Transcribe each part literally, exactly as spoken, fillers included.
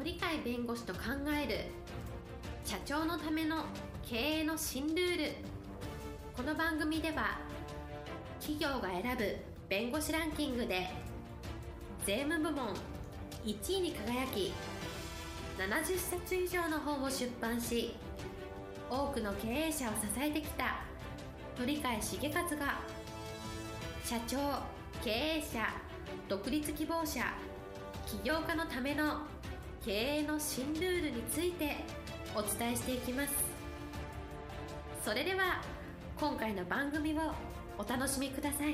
鳥飼弁護士と考える社長のための経営の新ルール。この番組では企業が選ぶ弁護士ランキングで税務部門いちいに輝き、ななじゅっさつ以上の本を出版し、多くの経営者を支えてきた鳥飼茂勝が、社長、経営者、独立希望者、起業家のための経営の新ルールについてお伝えしていきます。それでは今回の番組をお楽しみください。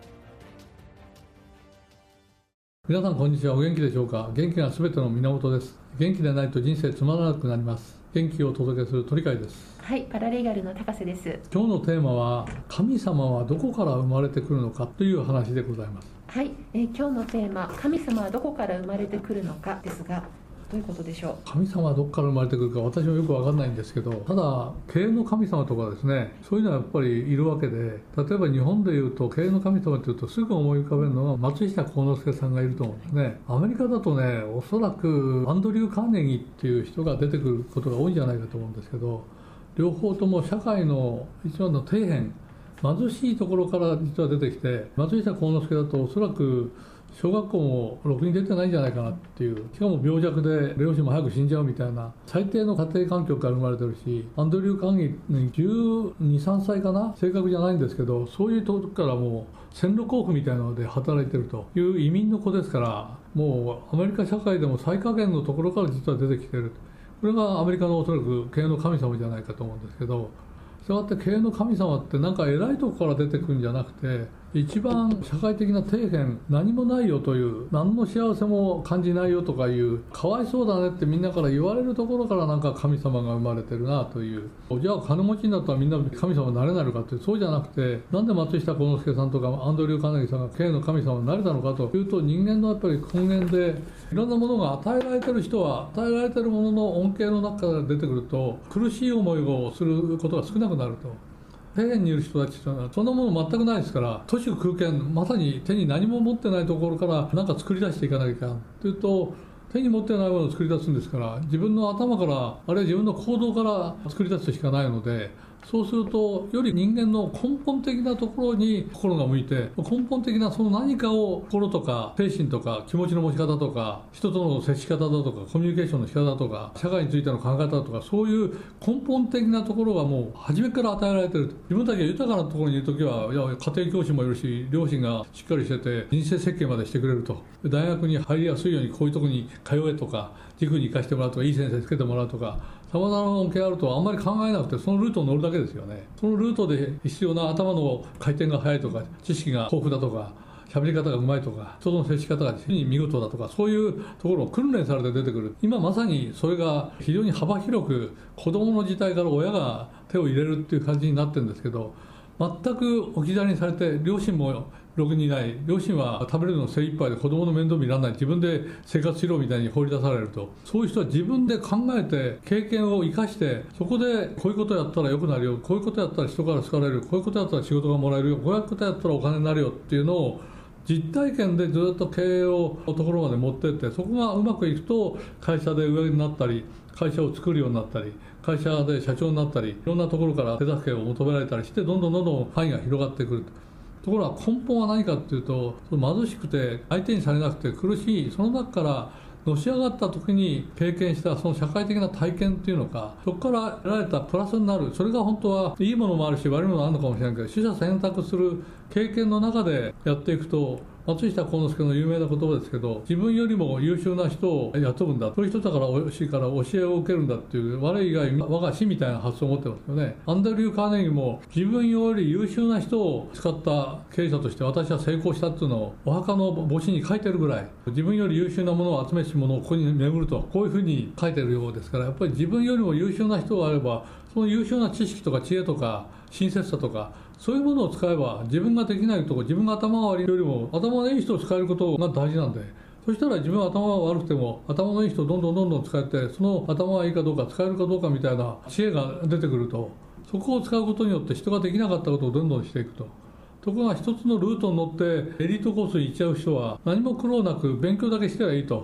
皆さんこんにちは。お元気でしょうか。元気がすべての源です。元気でないと人生つまらなくなります。元気をお届けする鳥飼です。 はい、パラレーガルの高瀬です。 今日のテーマは、神様はどこから生まれてくるのかという話でございます。 はい、えー、今日のテーマ、神様はどこから生まれてくるのかですが、どういうことでしょう。 神様はどこから生まれてくるか私もよく分かんないんですけど、ただ経営の神様とかですね、そういうのはやっぱりいるわけで、例えば日本でいうと経営の神様というとすぐ思い浮かべるのは松下幸之助さんがいると思うんですね。アメリカだとね、おそらくアンドリュー・カーネギーっていう人が出てくることが多いんじゃないかと思うんですけど、両方とも社会の一番の底辺、貧しいところから実は出てきて、松下幸之助だとおそらく小学校もろくに出てないんじゃないかなっていう、しかも病弱で両親も早く死んじゃうみたいな最低の家庭環境から生まれてるし、アンドリュー・カーネギーにじゅうに、さんさいかな、正確じゃないんですけど、そういうところからもう線路工夫みたいなので働いてるという移民の子ですから、もうアメリカ社会でも最下限のところから実は出てきてる。これがアメリカのおそらく経営の神様じゃないかと思うんですけど、したがって経営の神様ってなんか偉いところから出てくるんじゃなくて、一番社会的な底辺、何もないよという、何の幸せも感じないよとかいう、かわいそうだねってみんなから言われるところからなんか神様が生まれてるなという。じゃあ金持ちになったらみんな神様になれないのかって、そうじゃなくて、なんで松下幸之助さんとかアンドリュー・カーネギーさんが経営の神様になれたのかというと、人間のやっぱり根源で、いろんなものが与えられてる人は、与えられてるものの恩恵の中から出てくると、苦しい思いをすることが少なくなると。底辺にいる人たちというのはそんなもの全くないですから、都市空間、まさに手に何も持ってないところから何か作り出していかなきゃいけないというと、手に持ってないものを作り出すんですから、自分の頭から、あるいは自分の行動から作り出すしかないので、そうするとより人間の根本的なところに心が向いて、根本的なその何かを心とか精神とか気持ちの持ち方とか、人との接し方だとかコミュニケーションの仕方とか、社会についての考え方とか、そういう根本的なところがもう初めから与えられていると。自分たちが豊かなところにいるときは、いや家庭教師もいるし、両親がしっかりしてて人生設計までしてくれると。大学に入りやすいようにこういうところに通えとか、塾に行かせてもらうとか、いい先生つけてもらうとか、さまざまな恩恵があるとあんまり考えなくて、そのルートを乗るだけですよね。そのルートで必要な頭の回転が速いとか、知識が豊富だとか、喋り方がうまいとか、人との接し方が非常に見事だとか、そういうところを訓練されて出てくる。今まさにそれが非常に幅広く、子供の時代から親が手を入れるっていう感じになってるんですけど、全く置き去りにされて、両親もろくにいない、両親は食べるの精一杯で子供の面倒見られない、自分で生活しろみたいに放り出されると、そういう人は自分で考えて経験を生かして、そこでこういうことやったら良くなるよ、こういうことやったら人から好かれる、こういうことやったら仕事がもらえるよ、こういうことやったらお金になるよっていうのを実体験でずっと経営をところまで持っていって、そこがうまくいくと会社で上になったり、会社を作るようになったり、会社で社長になったり、いろんなところから手助けを求められたりして、どんどんどんどん範囲が広がってくる。ところが根本は何かっていうと、貧しくて相手にされなくて苦しい、その中からのし上がった時に経験したその社会的な体験っていうのか、そこから得られたプラスになる、それが本当はいいものもあるし悪いものもあるのかもしれないけど、取捨選択する経験の中でやっていくと、松下幸之助の有名な言葉ですけど、自分よりも優秀な人を雇うんだ、そういう人だからおいしいから教えを受けるんだっていう、悪い以外我が師みたいな発想を持ってますよね。アンドリュー・カーネギーも自分より優秀な人を使った経営者として私は成功したっていうのをお墓の墓誌に書いてるぐらい、自分より優秀なものを集めし者をここに巡ると、こういうふうに書いてるようですから、やっぱり自分よりも優秀な人があれば、その優秀な知識とか知恵とか親切さとか、そういうものを使えば自分ができないところ、自分が頭が悪いよりも頭のいい人を使えることが大事なんで、そしたら自分は頭が悪くても頭のいい人をどんどんどんどん使って、その頭がいいかどうか使えるかどうかみたいな知恵が出てくると、そこを使うことによって人ができなかったことをどんどんしていくと。ところが一つのルートに乗ってエリートコースに行っちゃう人は何も苦労なく勉強だけしてはいいと。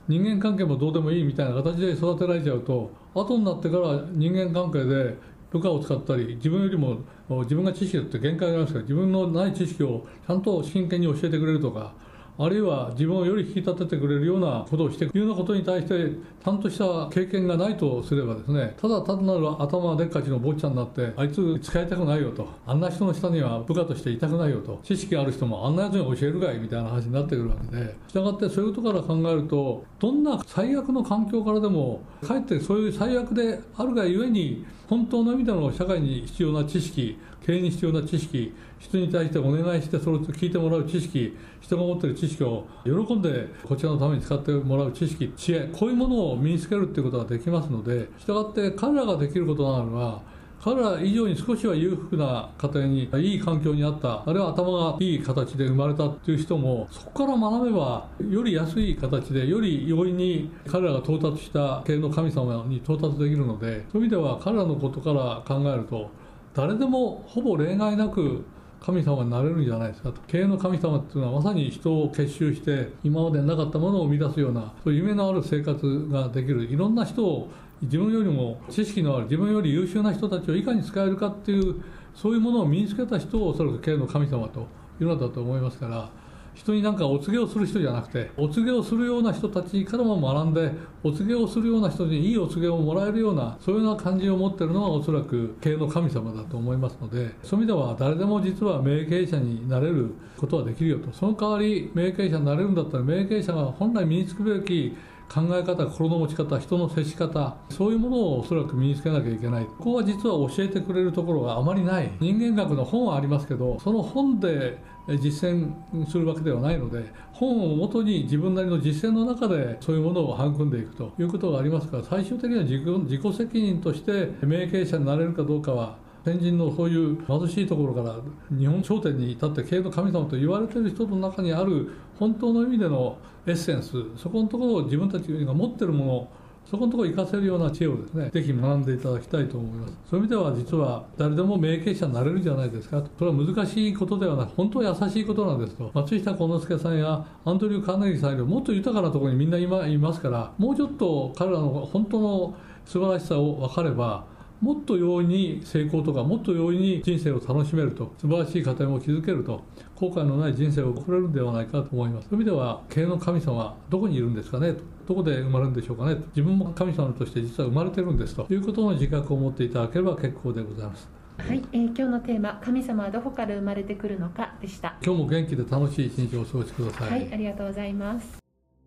人間関係もどうでもいいみたいな形で育てられちゃうと、後になってから人間関係で部下を使ったり、自分よりも自分が知識だって限界がありますから、自分のない知識をちゃんと真剣に教えてくれるとか、あるいは自分をより引き立ててくれるようなことをしていくようなことに対してちゃんとした経験がないとすればですね、ただ単なる頭でっかちの坊ちゃんになって、あいつ使いたくないよと、あんな人の下には部下としていたくないよと、知識ある人もあんなやつに教えるがいみたいな話になってくるわけで、したがってそういうことから考えると、どんな最悪の環境からでもかえってそういう最悪であるがゆえに、本当の意味での社会に必要な知識、経営に必要な知識、人に対してお願いしてそれを聞いてもらう知識、人が持っている知識を喜んでこちらのために使ってもらう知識、知恵、こういうものを身につけるということができますので、したがって彼らができることなのは、彼ら以上に少しは裕福な家庭にいい環境にあった、あるいは頭がいい形で生まれたという人も、そこから学べばより安い形でより容易に彼らが到達した経営の神様に到達できるので、そういう意味では彼らのことから考えると、誰でもほぼ例外なく神様になれるんじゃないですかと。経営の神様っていうのはまさに人を結集して今までなかったものを生み出すような、そういう夢のある生活ができる、いろんな人を、自分よりも知識のある、自分より優秀な人たちをいかに使えるかっていう、そういうものを身につけた人をおそらく経営の神様というのだと思いますから、人になんかお告げをする人じゃなくて、お告げをするような人たちからも学んで、お告げをするような人にいいお告げをもらえるような、そういうような感じを持っているのがおそらく経営の神様だと思いますので、そういう意味では誰でも実は名経営者になれることはできるよと。その代わり名経営者になれるんだったら、名経営者が本来身につくべき考え方、心の持ち方、人の接し方、そういうものをおそらく身につけなきゃいけない。ここは実は教えてくれるところがあまりない。人間学の本はありますけど、その本で実践するわけではないので、本をもとに自分なりの実践の中でそういうものを育んでいくということがありますから、最終的には自己、自己責任として名経営者になれるかどうかは、先人のそういう貧しいところから日本頂点に立って経営の神様と言われている人の中にある本当の意味でのエッセンス、そこのところを自分たちが持っているもの、そこのところを活かせるような知恵をですね、ぜひ学んでいただきたいと思います。そういう意味では実は誰でも名経営者になれるんじゃないですかと。それは難しいことではなく、本当は優しいことなんですと。松下幸之助さんやアンドリュー・カーネギーさんよりもっと豊かなところにみんな今いますから、もうちょっと彼らの本当の素晴らしさを分かれば、もっと容易に成功とか、もっと容易に人生を楽しめると、素晴らしい家庭も築けると、後悔のない人生を送れるんではないかと思います。そういう意味では、経営の神様はどこにいるんですかねと、どこで生まれるんでしょうかねと、自分も神様として実は生まれてるんですということの自覚を持っていただければ結構でございます。 はい、えー、今日のテーマ、神様はどこから生まれてくるのかでした。 今日も元気で楽しい一日をお過ごしください。 はい、ありがとうございます。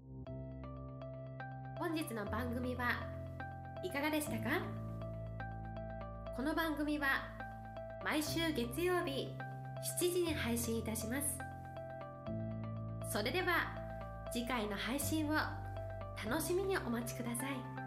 本日の番組はいかがでしたか？この番組は毎週月曜日しちじに配信いたします。それでは次回の配信を楽しみにお待ちください。